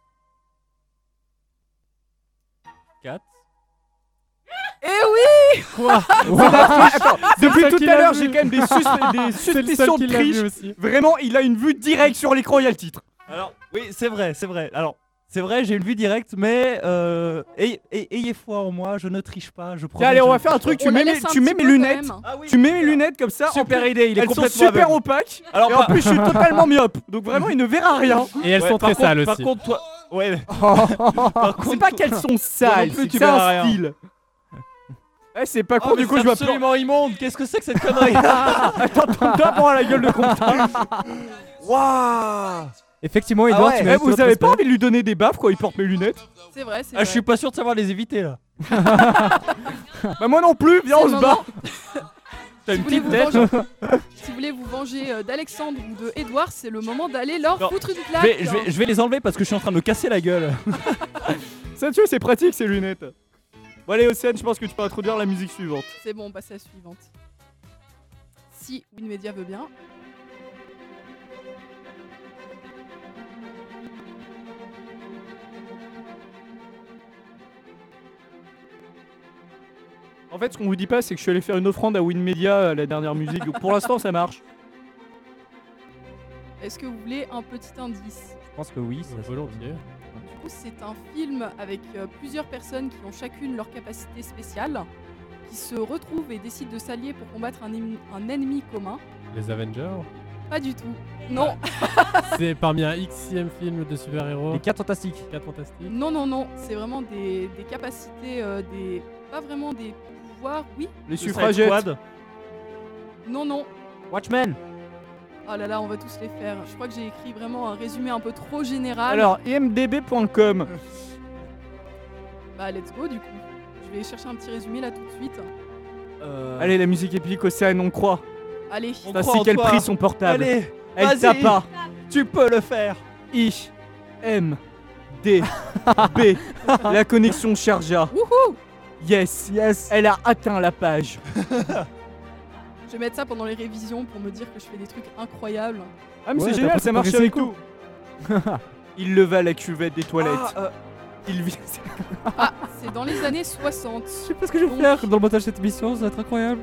4. Eh oui. Quoi Attends, depuis seul tout qui à l'a l'heure, vu. j'ai quand même des C'est le suspicions seul de qui l'a vu triche. aussi. Vraiment, il a une vue directe sur l'écran, il y a le titre. Alors, oui, c'est vrai. Alors, c'est vrai, j'ai une vue directe, mais ayez foi en moi, je ne triche pas, je promets. Tiens, allez, on je- va faire un truc, tu On la mets laisse un mes petit peu, lunettes. quand même. Ah oui. Tu mets mes lunettes comme ça. Super en- idée, il est Elles sont complètement super aveugle. opaques. Alors, Et en plus, je suis totalement myope. Donc vraiment, il ne verra rien. Et elles Ouais, sont par très contre- sales Par aussi. contre, toi. Ouais. C'est pas qu'elles sont sales, plus, c'est tu que c'est verras un rien. style. Ouais, c'est pas con, Oh, du mais coup, c'est je vais appeler. absolument immonde. Qu'est-ce que c'est que cette connerie? Attends, d'abord à la gueule de compta. Waouh. Effectivement, Ah Edouard, ouais. tu Eh, mérites vous notre avez pas respect. envie de lui donner des baffes quand il porte mes lunettes? C'est vrai, c'est Ah, je vrai. suis pas sûr de savoir les éviter là. Bah, moi non plus, viens, C'est on le se bat. moment. T'as Si une vous voulez petite vous tête. venger- Si vous voulez vous venger d'Alexandre ou de Edouard, c'est le moment d'aller leur Non, foutre une Je claque. vais les enlever parce que je suis en train de me casser la gueule. Ça, tu vois, c'est pratique ces lunettes. Bon, allez, Océane, je pense que tu peux introduire la musique suivante. C'est bon, on passe à la suivante. Si Winmedia veut bien. En fait, ce qu'on vous dit pas, c'est que je suis allé faire une offrande à Winmedia à la dernière musique. Donc pour l'instant, ça marche. Est-ce que vous voulez un petit indice? Je pense que oui. Volontiers. Du coup, c'est un film avec plusieurs personnes qui ont chacune leur capacité spéciale, qui se retrouvent et décident de s'allier pour combattre un ennemi commun. Les Avengers. Pas du tout. Non, C'est parmi un Xème film de super-héros. Les 4 fantastiques. 4 fantastiques. non, non, non. C'est vraiment des capacités, pas vraiment des pouvoirs, oui. Les Suffragette. suffragettes. Squad. Non, non. Watchmen. Oh là là, on va tous les faire. Je crois que j'ai écrit vraiment un résumé un peu trop général. Alors, imdb.com. Bah, let's go du coup. Je vais chercher un petit résumé là tout de suite. Allez, la musique épique, Océane, on croit. Allez. On C'est croit ainsi en qu'elle toi. prie son portable. Allez, Elle vas-y. tape pas. tu peux le faire. I, M, D, B. La connexion chargea. Wouhou. Yes, yes. Elle a atteint la page. Je vais mettre ça pendant les révisions pour me dire que je fais des trucs incroyables. Ah, mais Ouais, c'est t'as génial, pas ça marche progressé avec le tout. Il leva la cuvette des toilettes. Il vit. Ah, c'est dans les années 60. Je sais pas ce que je vais Donc- faire dans le montage de cette émission, ça va être incroyable.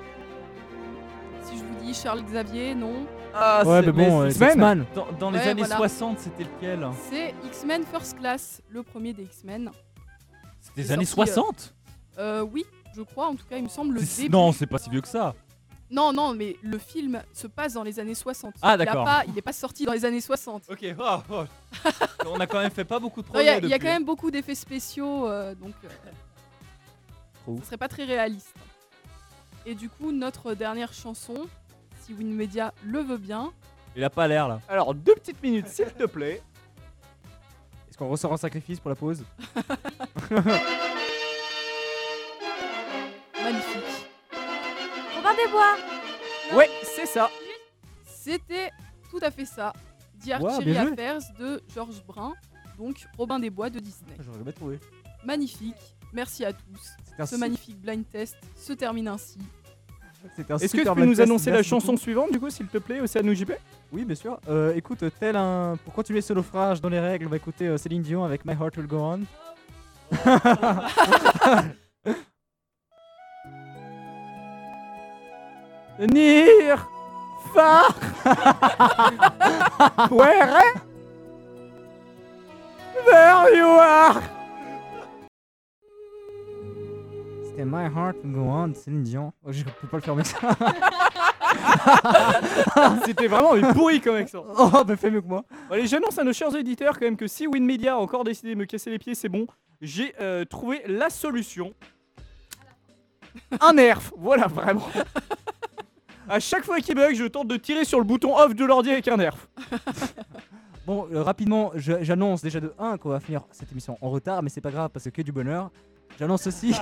Si je vous dis Charles Xavier, non. Ah, Ouais, c'est- mais bon, c'est- X-Men. dans les Ouais, années voilà. 60, c'était lequel? C'est X-Men First Class, le premier des X-Men. C'était des C'est années sorti, 60. Oui, je crois, en tout cas, il me semble le début. Non, c'est pas si vieux que ça. Non, non, mais le film se passe dans les années 60. Ah, Il a d'accord. pas- Il n'est pas sorti dans les années 60. Ok, on a quand même fait pas beaucoup de Non, Il y, a- progrès il y a depuis. quand même beaucoup d'effets spéciaux, donc Trop. ce serait pas très réaliste. Et du coup, notre dernière chanson, si Winmedia le veut bien, Il a pas l'air là. Alors, 2 petites minutes, s'il te plaît. Est-ce qu'on ressort en sacrifice pour la pause? magnifique. Robin des Bois. Ouais, c'est ça. C'était tout à fait ça. The Wow, Archery bien joué. Affairs de Georges Brun, donc Robin des Bois de Disney. J'aurais jamais trouvé. Magnifique. Merci à tous. C'était un Ce su- magnifique blind test se termine ainsi. c'était un Est-ce que super tu peux blind nous test, annoncer la merci chanson beaucoup. suivante, du coup, s'il te plaît, Océane ou JP? Oui, bien sûr. Écoute, tel un. Pour continuer ce naufrage dans les règles, on va écouter Céline Dion avec My Heart Will Go On. Nir Far Where There you are. C'était My Heart Will Go On de Céline Dion. Oh, je peux pas le faire avec ça. C'était vraiment mais pourri comme accent. Oh, bah fais mieux que moi. Bon, allez, j'annonce à nos chers éditeurs quand même que si Winmedia a encore décidé de me casser les pieds, c'est bon. J'ai trouvé la solution. Un nerf, voilà vraiment. À chaque fois qu'il bug, je tente de tirer sur le bouton off de l'ordi avec un nerf. Bon, rapidement, j'annonce déjà de 1 qu'on va finir cette émission en retard, mais c'est pas grave parce que du bonheur. J'annonce aussi.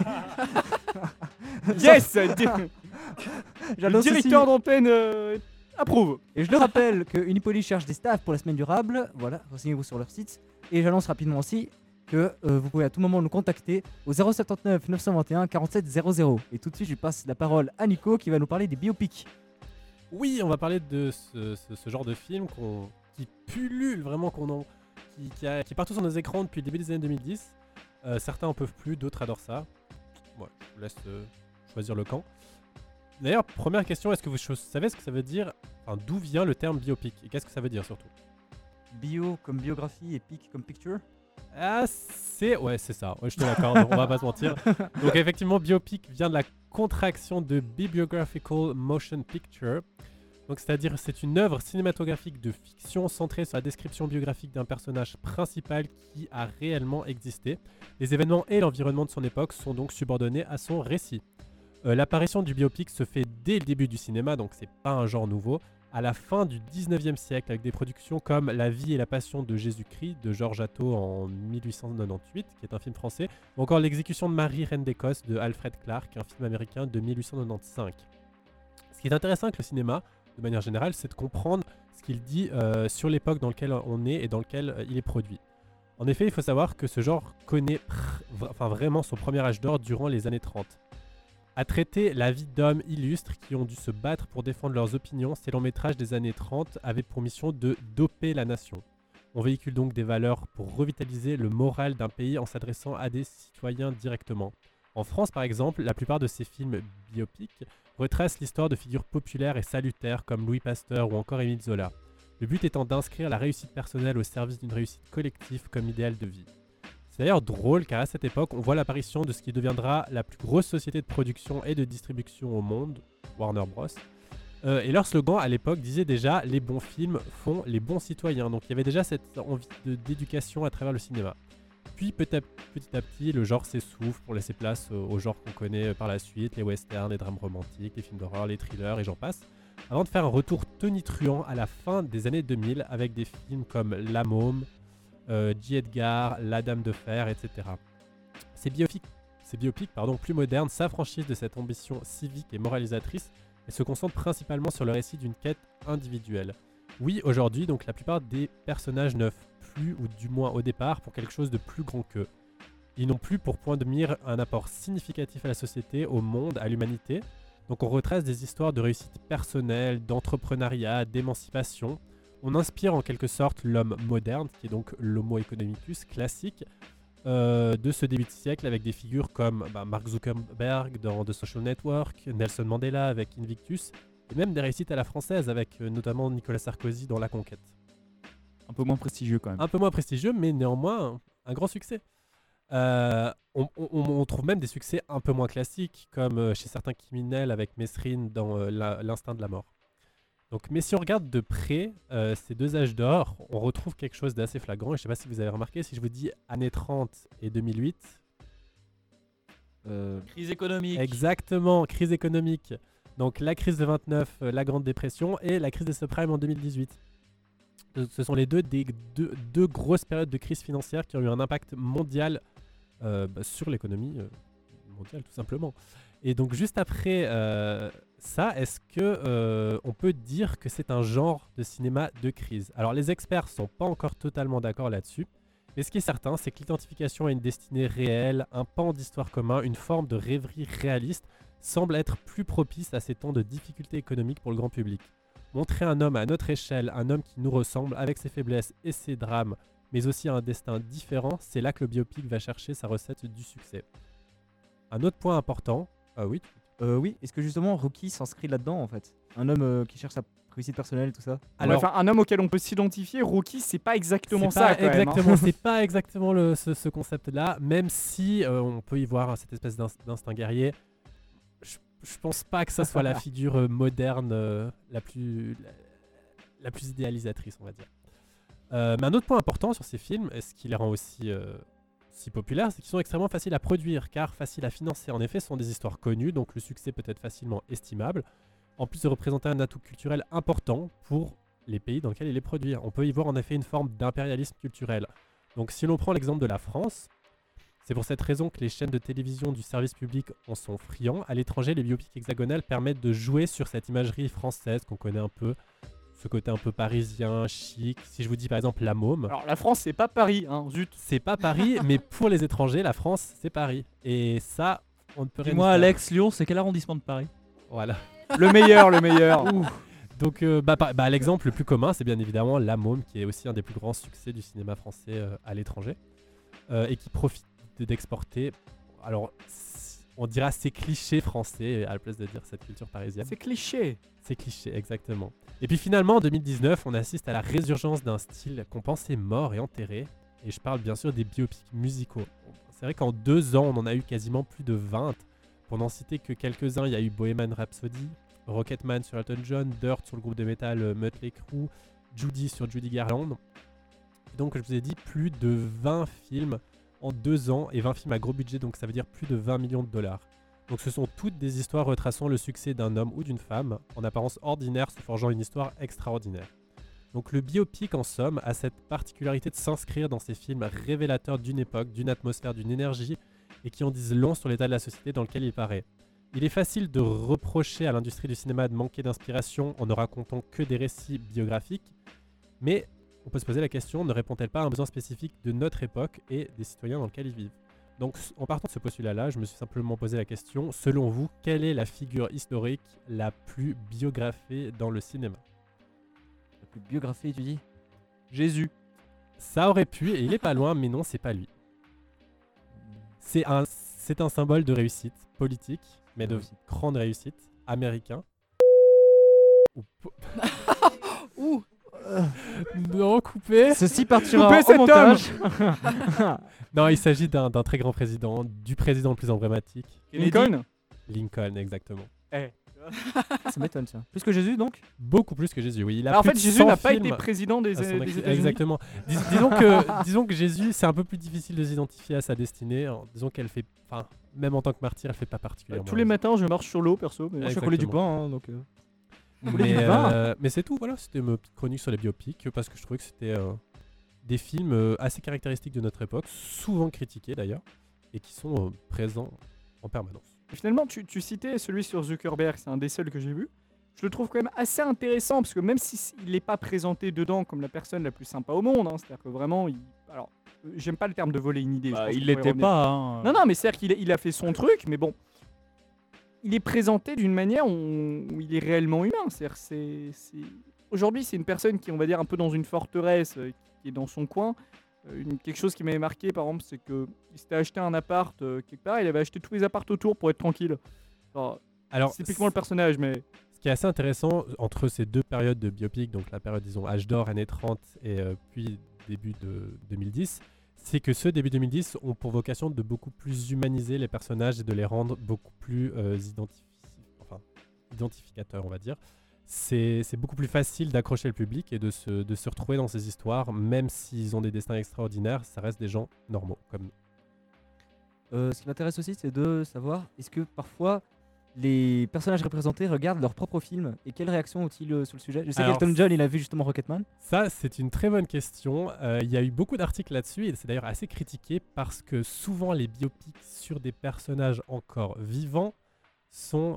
Yes Le J'annonce aussi. directeur d'antenne approuve. Et je le rappelle que Unipolis cherche des staffs pour la semaine durable. Voilà, renseignez-vous sur leur site. Et j'annonce rapidement aussi que vous pouvez à tout moment nous contacter au 079 921 47 00. Et tout de suite, je passe la parole à Nico qui va nous parler des biopics. Oui, on va parler de ce genre de film qui pullule vraiment, qui est partout sur nos écrans depuis le début des années 2010. Certains en peuvent plus, d'autres adorent ça. Ouais, je choisir le camp. D'ailleurs, première question, est-ce que vous savez ce que ça veut dire, enfin, d'où vient le terme biopic et qu'est-ce que ça veut dire surtout? Bio comme biographie et pic comme picture. Ah, ouais, c'est ça, ouais, je te l'accorde, on va pas se mentir. Donc effectivement, biopic vient de la contraction de Bibliographical Motion Picture. Donc c'est-à-dire c'est une œuvre cinématographique de fiction centrée sur la description biographique d'un personnage principal qui a réellement existé. Les événements et l'environnement de son époque sont donc subordonnés à son récit. L'apparition du biopic se fait dès le début du cinéma, donc c'est pas un genre nouveau, à la fin du 19e siècle avec des productions comme La vie et la passion de Jésus-Christ de Georges Atteau en 1898, qui est un film français, ou encore L'exécution de Marie, reine d'Écosse de Alfred Clark, un film américain de 1895. Ce qui est intéressant avec le cinéma, de manière générale, c'est de comprendre ce qu'il dit sur l'époque dans laquelle on est et dans laquelle il est produit. En effet, il faut savoir que ce genre connaît vraiment son premier âge d'or durant les années 30. À traiter la vie d'hommes illustres qui ont dû se battre pour défendre leurs opinions, ces longs métrages des années 30 avaient pour mission de doper la nation. On véhicule donc des valeurs pour revitaliser le moral d'un pays en s'adressant à des citoyens directement. En France par exemple, la plupart de ces films biopiques retracent l'histoire de figures populaires et salutaires comme Louis Pasteur ou encore Émile Zola. Le but étant d'inscrire la réussite personnelle au service d'une réussite collective comme idéal de vie. C'est d'ailleurs drôle car à cette époque, on voit l'apparition de ce qui deviendra la plus grosse société de production et de distribution au monde, Warner Bros. Et leur slogan à l'époque disait déjà « Les bons films font les bons citoyens ». Donc il y avait déjà cette envie d'éducation à travers le cinéma. Puis petit à petit, le genre s'essouffle pour laisser place aux genres qu'on connaît par la suite, les westerns, les drames romantiques, les films d'horreur, les thrillers et j'en passe, avant de faire un retour tonitruant à la fin des années 2000 avec des films comme La Môme, J. Edgar, La Dame de Fer, etc. Ces biopics plus modernes s'affranchissent de cette ambition civique et moralisatrice et se concentrent principalement sur le récit d'une quête individuelle. Oui, aujourd'hui, donc la plupart des personnages n'œuvrent plus, ou du moins au départ, pour quelque chose de plus grand qu'eux. Ils n'ont plus pour point de mire un apport significatif à la société, au monde, à l'humanité. Donc on retrace des histoires de réussite personnelle, d'entrepreneuriat, d'émancipation. On inspire en quelque sorte l'homme moderne, qui est donc l'homo economicus classique, de ce début de siècle avec des figures comme Mark Zuckerberg dans The Social Network, Nelson Mandela avec Invictus, et même des réussites à la française avec notamment Nicolas Sarkozy dans La Conquête. Un peu moins prestigieux quand même. Un peu moins prestigieux, mais néanmoins un grand succès. On trouve même des succès un peu moins classiques, comme chez certains criminels avec Mesrine dans L'Instinct de la mort. Donc, mais si on regarde de près ces deux âges d'or, on retrouve quelque chose d'assez flagrant. Et je ne sais pas si vous avez remarqué, si je vous dis années 30 et 2008. Crise économique. Exactement, crise économique. Donc la crise de 29, la Grande Dépression et la crise des subprimes en 2018. Ce sont les deux grosses périodes de crise financière qui ont eu un impact mondial sur l'économie mondiale tout simplement. Et donc juste après ça, est-ce que on peut dire que c'est un genre de cinéma de crise? Alors les experts sont pas encore totalement d'accord là-dessus, mais ce qui est certain, c'est que l'identification à une destinée réelle, un pan d'histoire commun, une forme de rêverie réaliste semble être plus propice à ces temps de difficultés économiques pour le grand public. Montrer un homme à notre échelle, un homme qui nous ressemble avec ses faiblesses et ses drames, mais aussi un destin différent, c'est là que le biopic va chercher sa recette du succès. Un autre point important, oui. Oui, est-ce que justement Rocky s'inscrit là-dedans en fait? Un homme qui cherche sa réussite personnelle et tout ça. Alors, un homme auquel on peut s'identifier, Rocky, c'est pas exactement ça. C'est pas exactement ce concept-là, même si on peut y voir cette espèce d'instinct guerrier. Je pense pas que ça soit la figure moderne la plus idéalisatrice, on va dire. Mais un autre point important sur ces films, et ce qui les rend aussi si populaires, c'est qu'ils sont extrêmement faciles à produire, car faciles à financer. En effet, ce sont des histoires connues, donc le succès peut être facilement estimable, en plus de représenter un atout culturel important pour les pays dans lesquels il est produit. On peut y voir en effet une forme d'impérialisme culturel. Donc si l'on prend l'exemple de la France, c'est pour cette raison que les chaînes de télévision du service public en sont friands. À l'étranger, les biopics hexagonales permettent de jouer sur cette imagerie française qu'on connaît un peu, ce côté un peu parisien, chic. Si je vous dis par exemple La Môme. Alors la France, c'est pas Paris, hein, zut. C'est pas Paris, mais pour les étrangers, la France, c'est Paris. Et ça, on ne peut rien dire. Dis-moi, Alex, Lyon, c'est quel arrondissement de Paris? Voilà. Le meilleur. Donc, l'exemple le plus commun, c'est bien évidemment La Môme, qui est aussi un des plus grands succès du cinéma français à l'étranger, et qui profite d'exporter. Alors, on dira c'est cliché français à la place de dire cette culture parisienne. C'est cliché. C'est cliché, exactement. Et puis finalement, en 2019, on assiste à la résurgence d'un style qu'on pensait mort et enterré. Et je parle bien sûr des biopics musicaux. C'est vrai qu'en 2 ans, on en a eu quasiment plus de 20. Pour n'en citer que quelques-uns, il y a eu Bohemian Rhapsody, Rocketman sur Elton John, Dirt sur le groupe de métal Mötley Crüe, Judy sur Judy Garland. Donc je vous ai dit plus de 20 films en 2 ans et 20 films à gros budget, donc ça veut dire plus de 20 millions de dollars. Donc ce sont toutes des histoires retraçant le succès d'un homme ou d'une femme, en apparence ordinaire se forgeant une histoire extraordinaire. Donc le biopic en somme a cette particularité de s'inscrire dans ces films révélateurs d'une époque, d'une atmosphère, d'une énergie et qui en disent long sur l'état de la société dans lequel il paraît. Il est facile de reprocher à l'industrie du cinéma de manquer d'inspiration en ne racontant que des récits biographiques, mais on peut se poser la question, ne répond-elle pas à un besoin spécifique de notre époque et des citoyens dans lesquels ils vivent? Donc en partant de ce postulat-là, je me suis simplement posé la question, selon vous, quelle est la figure historique la plus biographée dans le cinéma? La plus biographie, tu dis? Jésus. Ça aurait pu, et il est pas loin, mais non, c'est pas lui. C'est un symbole de réussite politique, mais de grande réussite, américain. Ouh. Non, coupé. Ceci partira Coupez en cet montage. Non, il s'agit d'un très grand président, du président le plus emblématique. Lincoln. Lincoln, exactement. Ça m'étonne, ça. Plus que Jésus, donc? Beaucoup plus que Jésus, oui. Il a En plus fait, de Jésus 100 n'a pas films été président des à son États-Unis. Exactement. Disons que Jésus, c'est un peu plus difficile de s'identifier à sa destinée. Alors, disons qu'elle fait... Enfin, même en tant que martyr, elle fait pas particulièrement. Tous les matins, je marche sur l'eau, perso. Mais Moi, je fais couler du pain, hein, donc... Mais c'est tout, voilà. C'était ma petite chronique sur les biopics, parce que je trouvais que c'était des films assez caractéristiques de notre époque, souvent critiqués d'ailleurs, et qui sont présents en permanence. Et finalement, tu citais celui sur Zuckerberg, c'est un des seuls que j'ai vu. Je le trouve quand même assez intéressant, parce que même s'il n'est pas présenté dedans comme la personne la plus sympa au monde, hein, c'est-à-dire que vraiment, alors, j'aime pas le terme de voler une idée. je pense Il qu'on pourrait l'était revenir. pas. Hein. Non, mais c'est-à-dire qu'il a fait son truc, mais bon, il est présenté d'une manière où il est réellement humain. C'est-à-dire, aujourd'hui, c'est une personne qui, on va dire, un peu dans une forteresse, qui est dans son coin. Quelque chose qui m'avait marqué, par exemple, c'est qu'il s'était acheté un appart quelque part, il avait acheté tous les apparts autour pour être tranquille. Alors, c'est typiquement le personnage, mais... Ce qui est assez intéressant entre ces deux périodes de biopic, donc la période, disons, âge d'or, années 30, et puis début de 2010, c'est que ceux début 2010 ont pour vocation de beaucoup plus humaniser les personnages et de les rendre beaucoup plus identificateurs, on va dire. C'est beaucoup plus facile d'accrocher le public et de se retrouver dans ces histoires, même s'ils ont des destins extraordinaires, ça reste des gens normaux, comme nous. Ce qui m'intéresse aussi, c'est de savoir, est-ce que parfois les personnages représentés regardent leur propre film et quelles réactions ont-ils sur le sujet? Je sais qu'Elton John, il a vu justement Rocketman. Ça, c'est une très bonne question. Il y a eu beaucoup d'articles là-dessus et c'est d'ailleurs assez critiqué parce que souvent les biopics sur des personnages encore vivants sont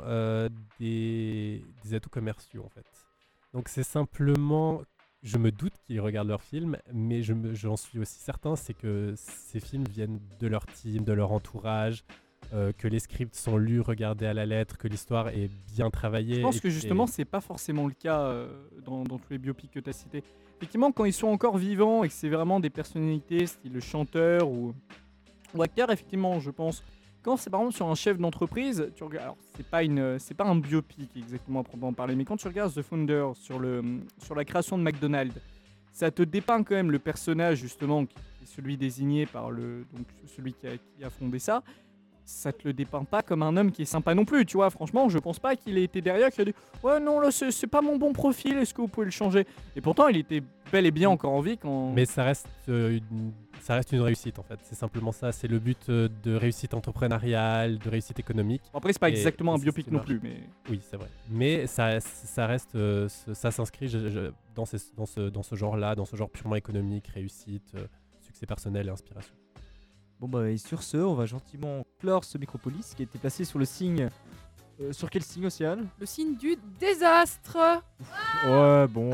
des atouts commerciaux en fait. Donc c'est simplement, je me doute qu'ils regardent leurs films, mais j'en suis aussi certain, c'est que ces films viennent de leur team, de leur entourage, que les scripts sont lus, regardés à la lettre, que l'histoire est bien travaillée. Je pense que justement, c'est pas forcément le cas dans tous les biopics que tu as cités. Effectivement, quand ils sont encore vivants et que c'est vraiment des personnalités, style le chanteur ou acteur, effectivement, je pense. Quand c'est par exemple sur un chef d'entreprise, tu regardes, alors c'est pas un biopic exactement à proprement parler, mais quand tu regardes The Founder sur la création de McDonald's, ça te dépeint quand même le personnage justement qui est celui désigné par celui qui a fondé ça. Ça te le dépeint pas comme un homme qui est sympa non plus, tu vois. Franchement, je pense pas qu'il ait été derrière, qu'il a dit ouais non là c'est pas mon bon profil, est-ce que vous pouvez le changer? Et pourtant il était bel et bien encore en vie quand. Mais ça reste une réussite en fait. C'est simplement ça. C'est le but de réussite entrepreneuriale, de réussite économique. Bon, après c'est pas exactement un biopic non plus, mais. Oui, c'est vrai. Mais ça reste, ça s'inscrit dans ce genre-là, dans ce genre purement économique, réussite, succès personnel et inspiration. Bon bah et sur ce, on va gentiment clore ce Micropolis qui a été placé sur le signe... sur quel signe, Océane? Le signe du désastre. Ouais, bon.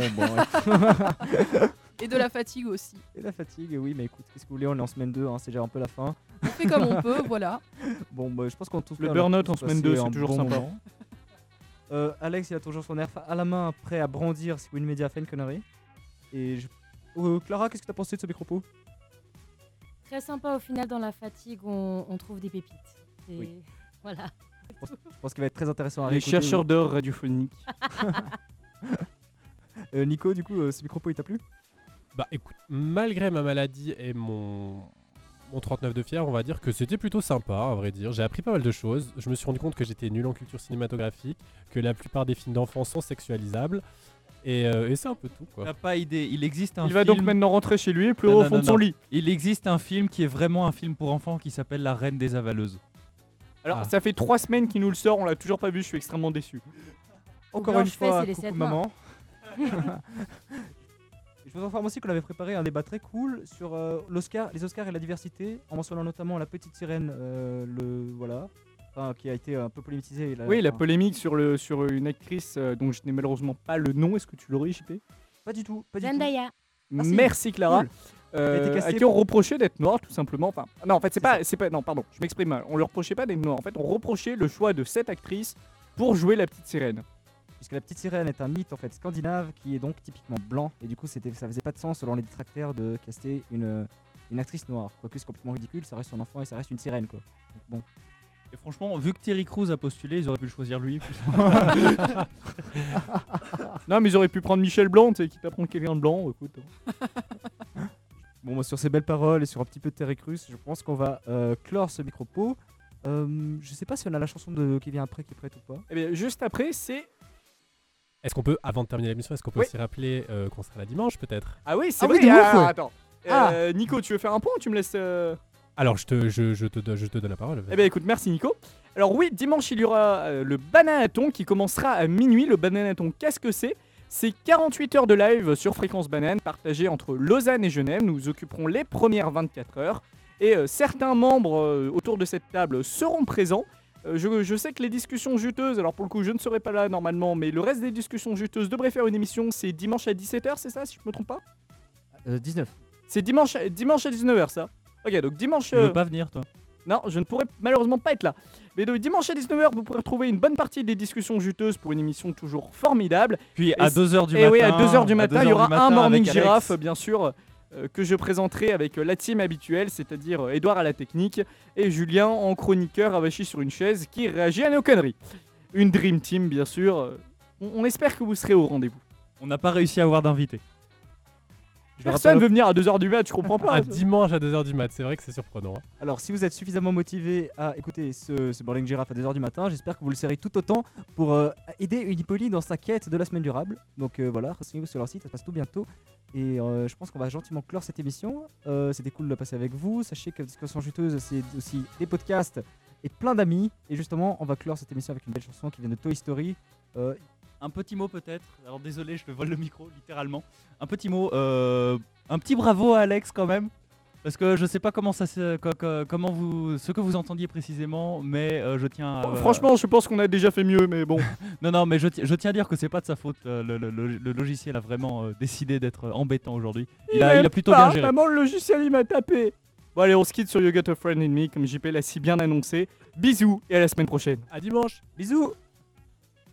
Et de la fatigue aussi. Et la fatigue, oui, mais écoute, qu'est-ce que vous voulez, on est en semaine 2, hein, c'est déjà un peu la fin. On fait comme on peut, voilà. Bon bah je pense qu'on tous Le burn-out en semaine 2, c'est toujours sympa. Alex, il a toujours son nerf à la main, prêt à brandir si Winmedia fait une connerie. Et Clara, qu'est-ce que t'as pensé de ce micropo? Très sympa, au final, dans la fatigue, on trouve des pépites. Oui. Voilà. Je pense qu'il va être très intéressant à Les réécouter. chercheurs d'or radiophoniques. Nico, du coup, ce micro-pot, il t'a plu? Bah écoute, malgré ma maladie et mon 39 de fièvre, on va dire que c'était plutôt sympa, à vrai dire. J'ai appris pas mal de choses. Je me suis rendu compte que j'étais nul en culture cinématographique, que la plupart des films d'enfants sont sexualisables. Et c'est un peu tout, quoi. T'as pas idée, il existe un Il film... va donc maintenant rentrer chez lui et pleurer Non, au non, fond de non, son non. lit. Il existe un film qui est vraiment un film pour enfants qui s'appelle La Reine des Avaleuses. Alors, Ah. ça fait 3 semaines qu'il nous le sort, on l'a toujours pas vu, je suis extrêmement déçu. Encore Blanche une fois, Fesse et les coucou sept maman. Je vous informe aussi qu'on avait préparé un débat très cool sur les Oscars et la diversité, en mentionnant notamment la petite sirène, qui a été un peu polémisée. Oui, la polémique sur une actrice dont je n'ai malheureusement pas le nom, est-ce que tu l'aurais, JP? Pas du tout, pas du tout. Zendaya. Ah, si. Merci Clara. Cool. a été cassée À qui on pour- reprochait d'être noir tout simplement. Enfin, non, en fait, C'est c'est pas. Non, pardon, je m'exprime mal. On leur reprochait pas d'être noir. En fait, on reprochait le choix de cette actrice pour jouer la petite sirène. Puisque la petite sirène est un mythe en fait scandinave qui est donc typiquement blanc et du coup ça faisait pas de sens selon les détracteurs de caster une actrice noire. Quoique c'est complètement ridicule, ça reste son enfant et ça reste une sirène quoi. Donc, bon. Et franchement, vu que Terry Crews a postulé, ils auraient pu le choisir lui. Non, mais ils auraient pu prendre Michel Blanc, tu sais, quitte à prendre quelqu'un de blanc. Écoute. Bon, bah, sur ces belles paroles et sur un petit peu de Terry Crews, je pense qu'on va clore ce micro-pot. Je sais pas si on a la chanson qui vient après qui est prête ou pas. Et bien, juste après, c'est. Est-ce qu'on peut, avant de terminer l'émission, est-ce qu'on peut Oui. aussi rappeler qu'on sera là dimanche peut-être? Ah oui, c'est Ah oui, vrai. de ouf, ouais. Attends. Ah. Nico, tu veux faire un point ou tu me laisses. Alors je te donne la parole. Eh bien écoute, merci Nico. Alors oui, dimanche il y aura le Bananaton qui commencera à minuit. Le Bananaton, qu'est-ce que c'est? C'est 48 heures de live sur Fréquence Banane partagées entre Lausanne et Genève. Nous occuperons les premières 24 heures. Et certains membres autour de cette table seront présents. Je sais que les discussions juteuses, alors pour le coup je ne serai pas là normalement, mais le reste des discussions juteuses devrait faire une émission, c'est dimanche à 17h, c'est ça si je me trompe pas? 19. C'est dimanche à 19h ça. Ok, donc dimanche... Tu veux pas venir toi? Non, je ne pourrai malheureusement pas être là. Mais donc, dimanche à 19h, vous pourrez retrouver une bonne partie des discussions juteuses pour une émission toujours formidable. Puis à 2h du Et matin. oui, à 2h du matin, il y aura un morning avec Alex. girafe, bien sûr, que je présenterai avec la team habituelle, c'est-à-dire Edouard à la technique et Julien en chroniqueur avachi sur une chaise qui réagit à nos conneries. Une dream team, bien sûr. On espère que vous serez au rendez-vous. On n'a pas réussi à avoir d'invité. Je le Personne rappelle- veut venir à 2h du mat, je comprends pas. Un dimanche à 2h du mat, c'est vrai que c'est surprenant. Hein. Alors, si vous êtes suffisamment motivé à écouter ce Morning Giraffe à 2h du matin, j'espère que vous le serez tout autant pour aider Unipoli dans sa quête de la semaine durable. Donc voilà, renseignez-vous sur leur site, ça se passe tout bientôt. Et je pense qu'on va gentiment clore cette émission. C'était cool de passer avec vous. Sachez que Discussion Juteuse, c'est aussi des podcasts et plein d'amis. Et justement, on va clore cette émission avec une belle chanson qui vient de Toy Story. Un petit mot peut-être. Alors désolé, je te vole le micro littéralement. Un petit mot, un petit bravo à Alex quand même. Parce que je sais pas comment ça comment vous ce que vous entendiez précisément, mais je tiens à, Franchement, je pense qu'on a déjà fait mieux, mais bon. non mais je tiens à dire que c'est pas de sa faute. Le logiciel a vraiment décidé d'être embêtant aujourd'hui. Il a plutôt bien géré. Maman, le logiciel, il m'a tapé. Bon, allez, on se quitte sur You Got a Friend in Me, comme JP l'a si bien annoncé. Bisous et à la semaine prochaine. À dimanche. Bisous!